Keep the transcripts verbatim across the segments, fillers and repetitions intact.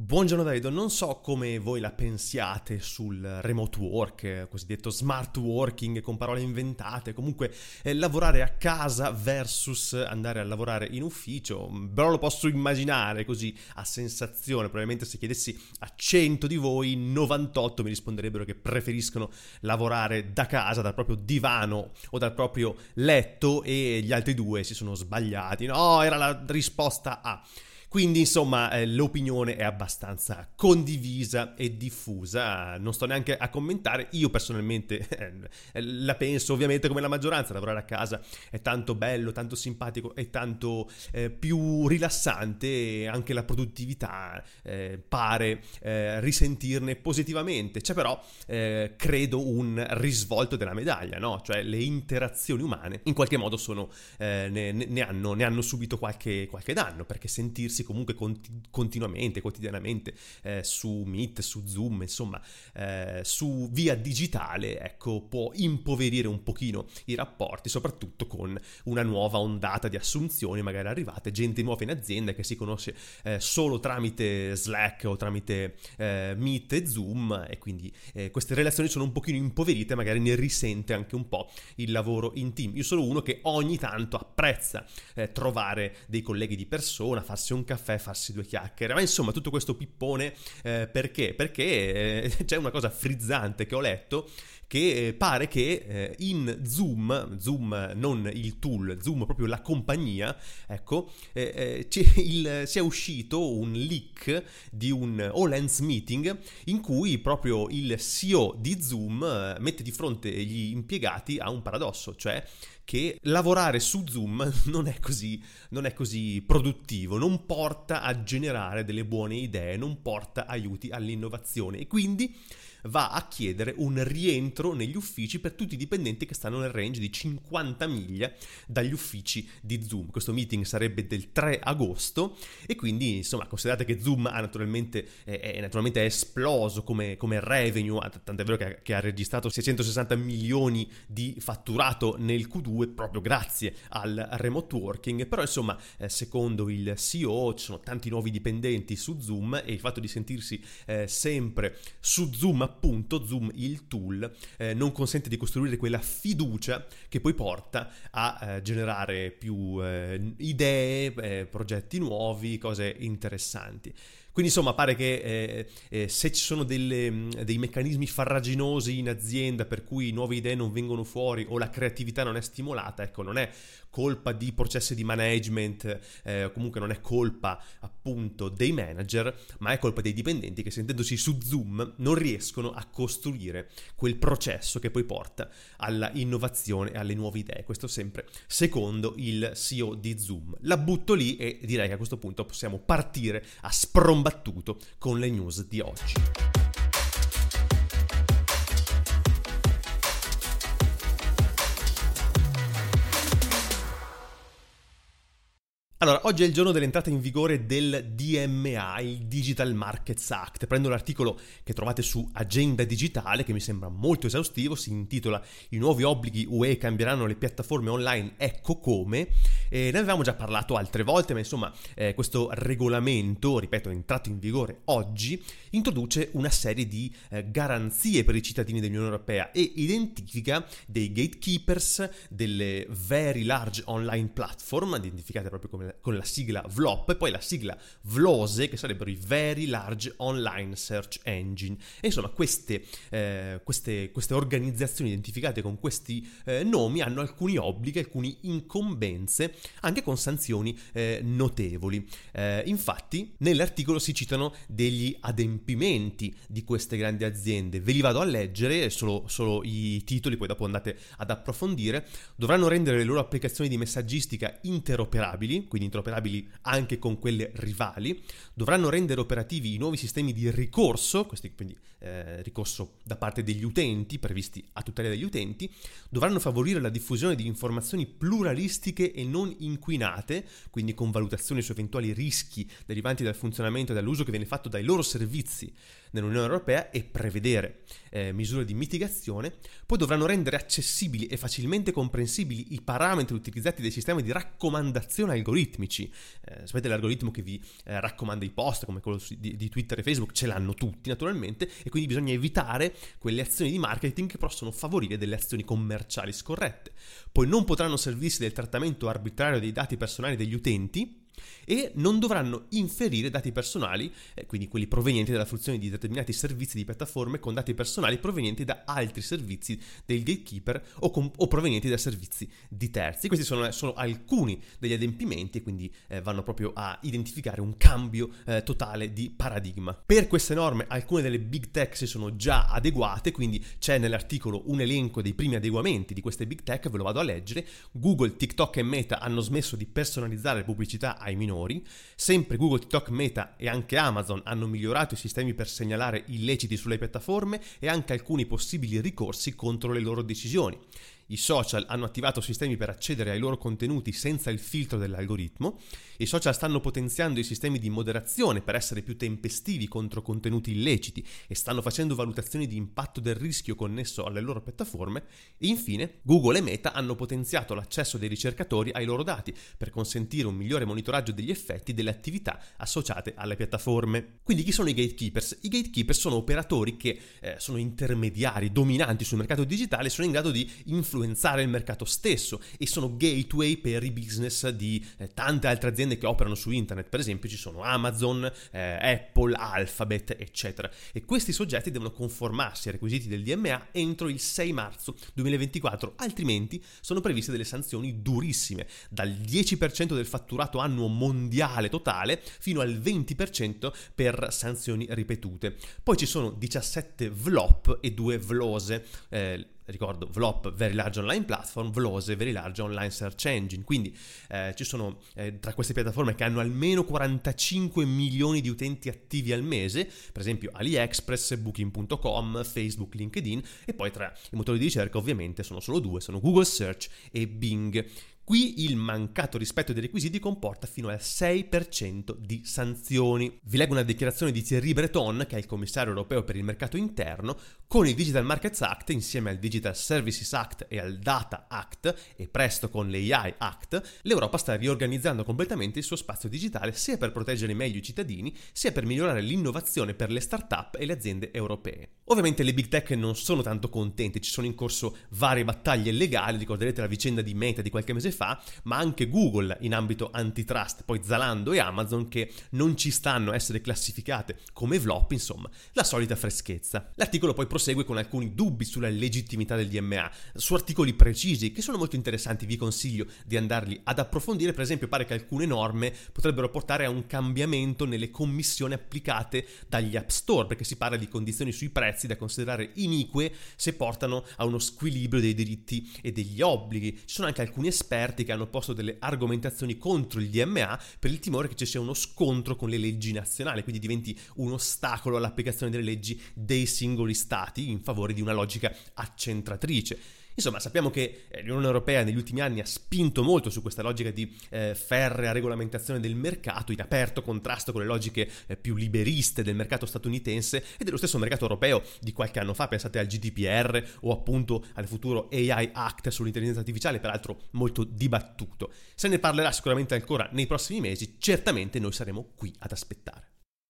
Buongiorno Davido, non so come voi la pensiate sul remote work, cosiddetto smart working con parole inventate, comunque eh, lavorare a casa versus andare a lavorare in ufficio, però lo posso immaginare così a sensazione. Probabilmente se chiedessi a cento di voi, novantotto mi risponderebbero che preferiscono lavorare da casa, dal proprio divano o dal proprio letto, e gli altri due si sono sbagliati. No, era la risposta A. Quindi insomma eh, l'opinione è abbastanza condivisa e diffusa, non sto neanche a commentare. Io personalmente eh, la penso ovviamente come la maggioranza: lavorare a casa è tanto bello, tanto simpatico e tanto eh, più rilassante, e anche la produttività eh, pare eh, risentirne positivamente. C'è però eh, credo un risvolto della medaglia, no? Cioè le interazioni umane in qualche modo sono, eh, ne, ne, hanno, ne hanno subito qualche, qualche danno, perché sentirsi comunque conti- continuamente, quotidianamente eh, su Meet, su Zoom, insomma eh, su via digitale, ecco, può impoverire un pochino i rapporti, soprattutto con una nuova ondata di assunzioni magari arrivate, gente nuova in azienda che si conosce eh, solo tramite Slack o tramite eh, Meet e Zoom, e quindi eh, queste relazioni sono un pochino impoverite, magari ne risente anche un po' il lavoro in team. Io sono uno che ogni tanto apprezza eh, trovare dei colleghi di persona, farsi un caffè, farsi due chiacchiere, ma insomma tutto questo pippone eh, perché? Perché eh, c'è una cosa frizzante che ho letto, che eh, pare che eh, in Zoom, Zoom non il tool, Zoom proprio la compagnia, ecco, eh, eh, il, sia uscito un leak di un all-hands meeting in cui proprio il C E O di Zoom eh, mette di fronte gli impiegati a un paradosso, cioè che lavorare su Zoom non è così, non è così produttivo, non porta a generare delle buone idee, non porta aiuti all'innovazione, e quindi va a chiedere un rientro negli uffici per tutti i dipendenti che stanno nel range di cinquanta miglia dagli uffici di Zoom. Questo meeting sarebbe del tre agosto, e quindi insomma considerate che Zoom ha naturalmente è, è naturalmente è esploso come, come revenue, tant'è vero che, che ha registrato seicentosessanta milioni di fatturato nel Q due proprio grazie al remote working. Però insomma eh, secondo il C E O ci sono tanti nuovi dipendenti su Zoom, e il fatto di sentirsi eh, sempre su Zoom, appunto Zoom il tool, eh, non consente di costruire quella fiducia che poi porta a eh, generare più eh, idee, eh, progetti nuovi, cose interessanti. Quindi insomma pare che eh, eh, se ci sono delle, dei meccanismi farraginosi in azienda per cui nuove idee non vengono fuori o la creatività non è stimolata, ecco, non è colpa di processi di management, eh, comunque non è colpa appunto dei manager, ma è colpa dei dipendenti che, sentendosi su Zoom, non riescono a costruire quel processo che poi porta alla innovazione e alle nuove idee. Questo sempre secondo il C E O di Zoom. La butto lì e direi che a questo punto possiamo partire a sprombattuto con le news di oggi. Allora, oggi è il giorno dell'entrata in vigore del D M A, il Digital Markets Act. Prendo l'articolo che trovate su Agenda Digitale, che mi sembra molto esaustivo, si intitola "I nuovi obblighi U E cambieranno le piattaforme online, ecco come". E ne avevamo già parlato altre volte, ma insomma eh, questo regolamento, ripeto, è entrato in vigore oggi, introduce una serie di eh, garanzie per i cittadini dell'Unione Europea e identifica dei gatekeepers, delle very large online platform, identificate proprio come con la sigla V L O P, e poi la sigla V L O S E, che sarebbero i Very Large Online Search Engine. E insomma queste, eh, queste, queste organizzazioni identificate con questi eh, nomi hanno alcuni obblighi, alcune incombenze, anche con sanzioni eh, notevoli. Eh, infatti nell'articolo si citano degli adempimenti di queste grandi aziende. Ve li vado a leggere, solo, solo i titoli, poi dopo andate ad approfondire. Dovranno rendere le loro applicazioni di messaggistica interoperabili, quindi interoperabili anche con quelle rivali. Dovranno rendere operativi i nuovi sistemi di ricorso, questi quindi eh, ricorso da parte degli utenti, previsti a tutela degli utenti. Dovranno favorire la diffusione di informazioni pluralistiche e non inquinate, quindi con valutazioni su eventuali rischi derivanti dal funzionamento e dall'uso che viene fatto dai loro servizi nell'Unione Europea, e prevedere eh, misure di mitigazione. Poi dovranno rendere accessibili e facilmente comprensibili i parametri utilizzati dai sistemi di raccomandazione algoritmica, algoritmici. Eh, sapete, l'algoritmo che vi eh, raccomanda i post, come quello di, di Twitter e Facebook, ce l'hanno tutti naturalmente, e quindi bisogna evitare quelle azioni di marketing che possono favorire delle azioni commerciali scorrette. Poi non potranno servirsi del trattamento arbitrario dei dati personali degli utenti e non dovranno inferire dati personali, eh, quindi quelli provenienti dalla fruizione di determinati servizi di piattaforme, con dati personali provenienti da altri servizi del gatekeeper o, com- o provenienti da servizi di terzi. Questi sono, sono alcuni degli adempimenti e quindi eh, vanno proprio a identificare un cambio eh, totale di paradigma. Per queste norme alcune delle big tech si sono già adeguate, quindi c'è nell'articolo un elenco dei primi adeguamenti di queste big tech, ve lo vado a leggere. Google, TikTok e Meta hanno smesso di personalizzare pubblicità ai minori. Sempre Google, TikTok, Meta e anche Amazon hanno migliorato i sistemi per segnalare illeciti sulle piattaforme e anche alcuni possibili ricorsi contro le loro decisioni. I social hanno attivato sistemi per accedere ai loro contenuti senza il filtro dell'algoritmo. I social stanno potenziando i sistemi di moderazione per essere più tempestivi contro contenuti illeciti e stanno facendo valutazioni di impatto del rischio connesso alle loro piattaforme. E infine, Google e Meta hanno potenziato l'accesso dei ricercatori ai loro dati per consentire un migliore monitoraggio degli effetti delle attività associate alle piattaforme. Quindi chi sono i gatekeepers? I gatekeepers sono operatori che eh, sono intermediari, dominanti sul mercato digitale e sono in grado di influenzare influenzare il mercato stesso e sono gateway per i business di eh, tante altre aziende che operano su internet. Per esempio ci sono Amazon, eh, Apple, Alphabet, eccetera, e questi soggetti devono conformarsi ai requisiti del D M A entro il sei marzo duemilaventiquattro, altrimenti sono previste delle sanzioni durissime, dal dieci per cento del fatturato annuo mondiale totale fino al venti per cento per sanzioni ripetute. Poi ci sono diciassette V L O P e due V L O S E, eh, ricordo V L O P, Very Large Online Platform, V L O S E, Very Large Online Search Engine. Quindi eh, ci sono eh, tra queste piattaforme che hanno almeno quarantacinque milioni di utenti attivi al mese, per esempio AliExpress, Booking punto com, Facebook, LinkedIn, e poi tra i motori di ricerca ovviamente sono solo due, sono Google Search e Bing. Qui il mancato rispetto dei requisiti comporta fino al sei per cento di sanzioni. Vi leggo una dichiarazione di Thierry Breton, che è il commissario europeo per il mercato interno. Con il Digital Markets Act, insieme al Digital Services Act e al Data Act, e presto con l'A I Act, l'Europa sta riorganizzando completamente il suo spazio digitale, sia per proteggere meglio i cittadini, sia per migliorare l'innovazione per le start-up e le aziende europee. Ovviamente le big tech non sono tanto contente, ci sono in corso varie battaglie legali, ricorderete la vicenda di Meta di qualche mese fa, ma anche Google in ambito antitrust, poi Zalando e Amazon che non ci stanno a essere classificate come V L O P, insomma, la solita freschezza. L'articolo poi prosegue con alcuni dubbi sulla legittimità del D M A, su articoli precisi che sono molto interessanti, vi consiglio di andarli ad approfondire. Per esempio pare che alcune norme potrebbero portare a un cambiamento nelle commissioni applicate dagli App Store, perché si parla di condizioni sui prezzi da considerare inique se portano a uno squilibrio dei diritti e degli obblighi. Ci sono anche alcuni esperti che hanno posto delle argomentazioni contro il D M A per il timore che ci sia uno scontro con le leggi nazionali, quindi diventi un ostacolo all'applicazione delle leggi dei singoli stati in favore di una logica accentratrice. Insomma, sappiamo che l'Unione Europea negli ultimi anni ha spinto molto su questa logica di eh, ferrea regolamentazione del mercato, in aperto contrasto con le logiche eh, più liberiste del mercato statunitense e dello stesso mercato europeo di qualche anno fa. Pensate al G D P R o appunto al futuro A I Act sull'intelligenza artificiale, peraltro molto dibattuto. Se ne parlerà sicuramente ancora nei prossimi mesi, certamente noi saremo qui ad aspettare.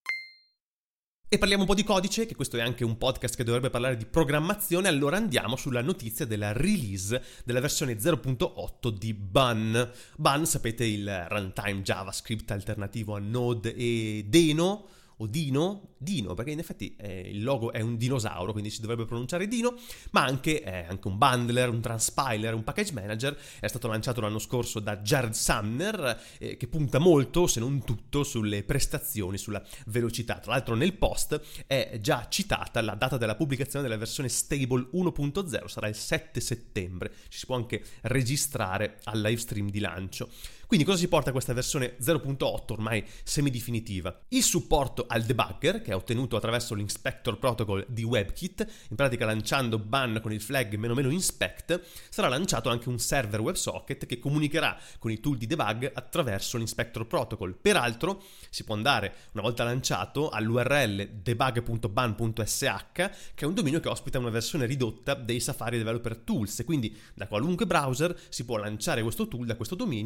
E parliamo un po' di codice, che questo è anche un podcast che dovrebbe parlare di programmazione. Allora andiamo sulla notizia della release della versione zero punto otto di Bun. Bun, sapete, il runtime JavaScript alternativo a Node e Deno, o Dino, Dino, perché in effetti eh, il logo è un dinosauro, quindi si dovrebbe pronunciare Dino, ma anche, eh, anche un bundler, un transpiler, un package manager. È stato lanciato l'anno scorso da Jared Sumner, eh, che punta molto, se non tutto, sulle prestazioni, sulla velocità. Tra l'altro nel post è già citata la data della pubblicazione della versione stable uno punto zero, sarà il sette settembre, ci si può anche registrare al live stream di lancio. Quindi cosa si porta a questa versione zero punto otto ormai semidefinitiva? Il supporto al debugger, che è ottenuto attraverso l'Inspector Protocol di WebKit. In pratica, lanciando Bun con il flag meno meno inspect, sarà lanciato anche un server WebSocket che comunicherà con i tool di debug attraverso l'Inspector Protocol. Peraltro si può andare, una volta lanciato, all'U R L debug punto bun punto s h, che è un dominio che ospita una versione ridotta dei Safari Developer Tools, e quindi da qualunque browser si può lanciare questo tool da questo dominio e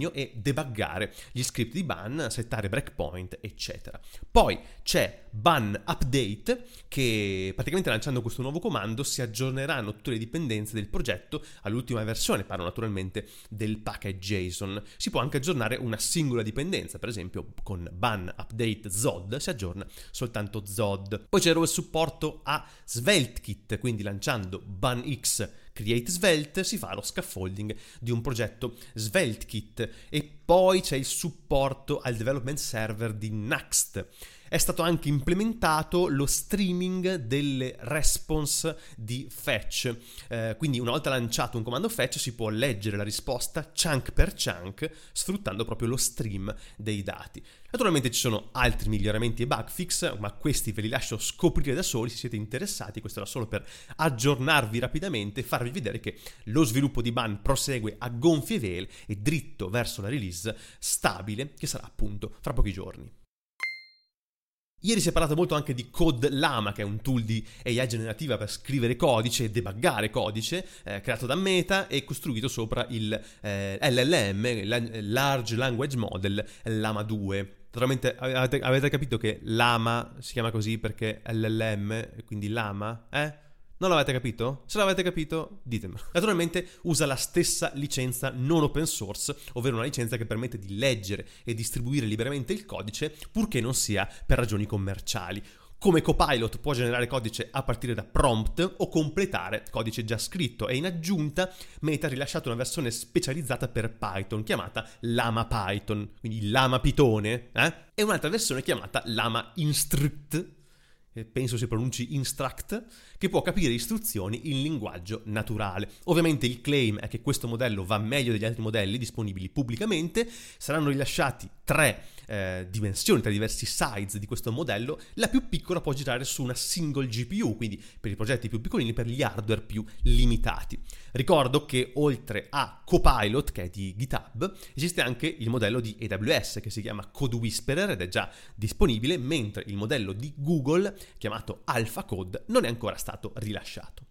debuggare gli script di ban, settare breakpoint, eccetera. Poi c'è ban update, che praticamente lanciando questo nuovo comando si aggiorneranno tutte le dipendenze del progetto all'ultima versione, parlo naturalmente del package JSON. Si può anche aggiornare una singola dipendenza, per esempio con ban update Zod si aggiorna soltanto Zod. Poi c'è il supporto a SvelteKit, quindi lanciando ban x create svelte si fa lo scaffolding di un progetto SvelteKit. E poi c'è il supporto al development server di Nuxt. È stato anche implementato lo streaming delle response di fetch, eh, quindi una volta lanciato un comando fetch si può leggere la risposta chunk per chunk sfruttando proprio lo stream dei dati. Naturalmente ci sono altri miglioramenti e bug fix, ma questi ve li lascio scoprire da soli se siete interessati. Questo era solo per aggiornarvi rapidamente e farvi vedere che lo sviluppo di ban prosegue a gonfie vele e dritto verso la release stabile che sarà appunto fra pochi giorni. Ieri si è parlato molto anche di CodeLlama, che è un tool di A I generativa per scrivere codice e debuggare codice, eh, creato da Meta e costruito sopra il eh, L L M, Large Language Model Llama due. Naturalmente avete, avete capito che Llama si chiama così perché L L M, quindi Lama, eh? Non l'avete capito? Se l'avete capito, ditemelo. Naturalmente usa la stessa licenza non open source, ovvero una licenza che permette di leggere e distribuire liberamente il codice, purché non sia per ragioni commerciali. Come Copilot può generare codice a partire da prompt o completare codice già scritto, e in aggiunta Meta ha rilasciato una versione specializzata per Python chiamata Llama Python, quindi Llama Pitone, eh? E un'altra versione chiamata Llama Instruct, penso si pronunci instruct, che può capire istruzioni in linguaggio naturale. Ovviamente il claim è che questo modello va meglio degli altri modelli disponibili pubblicamente. Saranno rilasciati tre eh, dimensioni, tre diversi size di questo modello. La più piccola può girare su una single G P U, quindi per i progetti più piccolini, per gli hardware più limitati. Ricordo che oltre a Copilot, che è di GitHub, esiste anche il modello di A W S che si chiama CodeWhisperer ed è già disponibile, mentre il modello di Google chiamato AlphaCode non è ancora stato rilasciato.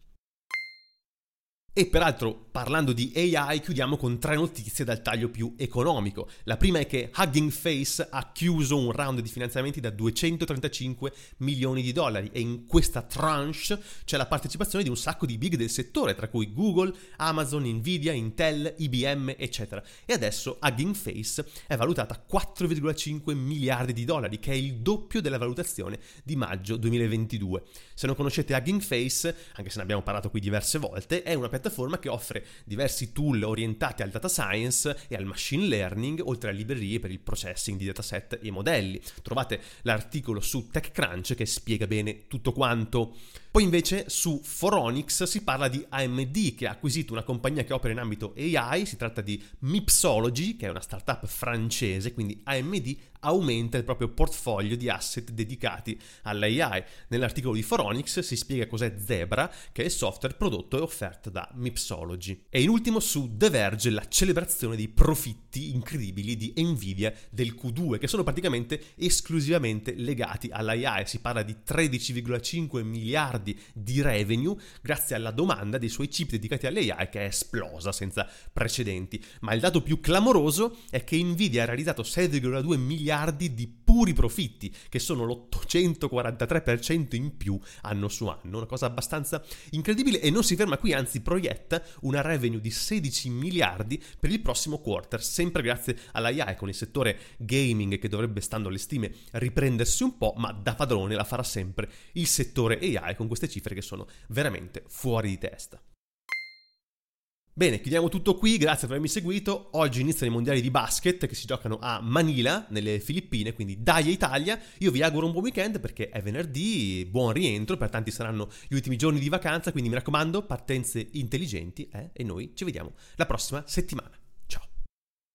E peraltro, parlando di A I, chiudiamo con tre notizie dal taglio più economico. La prima è che Hugging Face ha chiuso un round di finanziamenti da duecentotrentacinque milioni di dollari e in questa tranche c'è la partecipazione di un sacco di big del settore, tra cui Google, Amazon, Nvidia, Intel, I B M, eccetera. E adesso Hugging Face è valutata a quattro virgola cinque miliardi di dollari, che è il doppio della valutazione di maggio duemilaventidue. Se non conoscete Hugging Face, anche se ne abbiamo parlato qui diverse volte, è una piattaforma che offre diversi tool orientati al data science e al machine learning, oltre a librerie per il processing di dataset e modelli. Trovate l'articolo su TechCrunch che spiega bene tutto quanto. Poi invece su Phoronix si parla di A M D, che ha acquisito una compagnia che opera in ambito A I. Si tratta di Mipsology, che è una startup francese, quindi A M D aumenta il proprio portfolio di asset dedicati all'A I. Nell'articolo di Phoronix si spiega cos'è Zebra, che è il software prodotto e offerto da Mipsology. E in ultimo su The Verge la celebrazione dei profitti incredibili di Nvidia del Q due, che sono praticamente esclusivamente legati all'A I. Si parla di tredici virgola cinque miliardi di revenue grazie alla domanda dei suoi chip dedicati all'A I, che è esplosa senza precedenti. Ma il dato più clamoroso è che Nvidia ha realizzato sei virgola due miliardi di puri profitti, che sono l'ottocentoquarantatré per cento in più anno su anno, una cosa abbastanza incredibile. E non si ferma qui, anzi proietta una revenue di sedici miliardi per il prossimo quarter, sempre grazie all'A I, con il settore gaming che dovrebbe, stando alle stime, riprendersi un po', ma da padrone la farà sempre il settore A I, con queste cifre che sono veramente fuori di testa. Bene, chiudiamo tutto qui, grazie per avermi seguito. Oggi iniziano i mondiali di basket che si giocano a Manila, nelle Filippine, quindi dai Italia. Io vi auguro un buon weekend perché è venerdì, buon rientro, per tanti saranno gli ultimi giorni di vacanza, quindi mi raccomando, partenze intelligenti, eh? E noi ci vediamo la prossima settimana.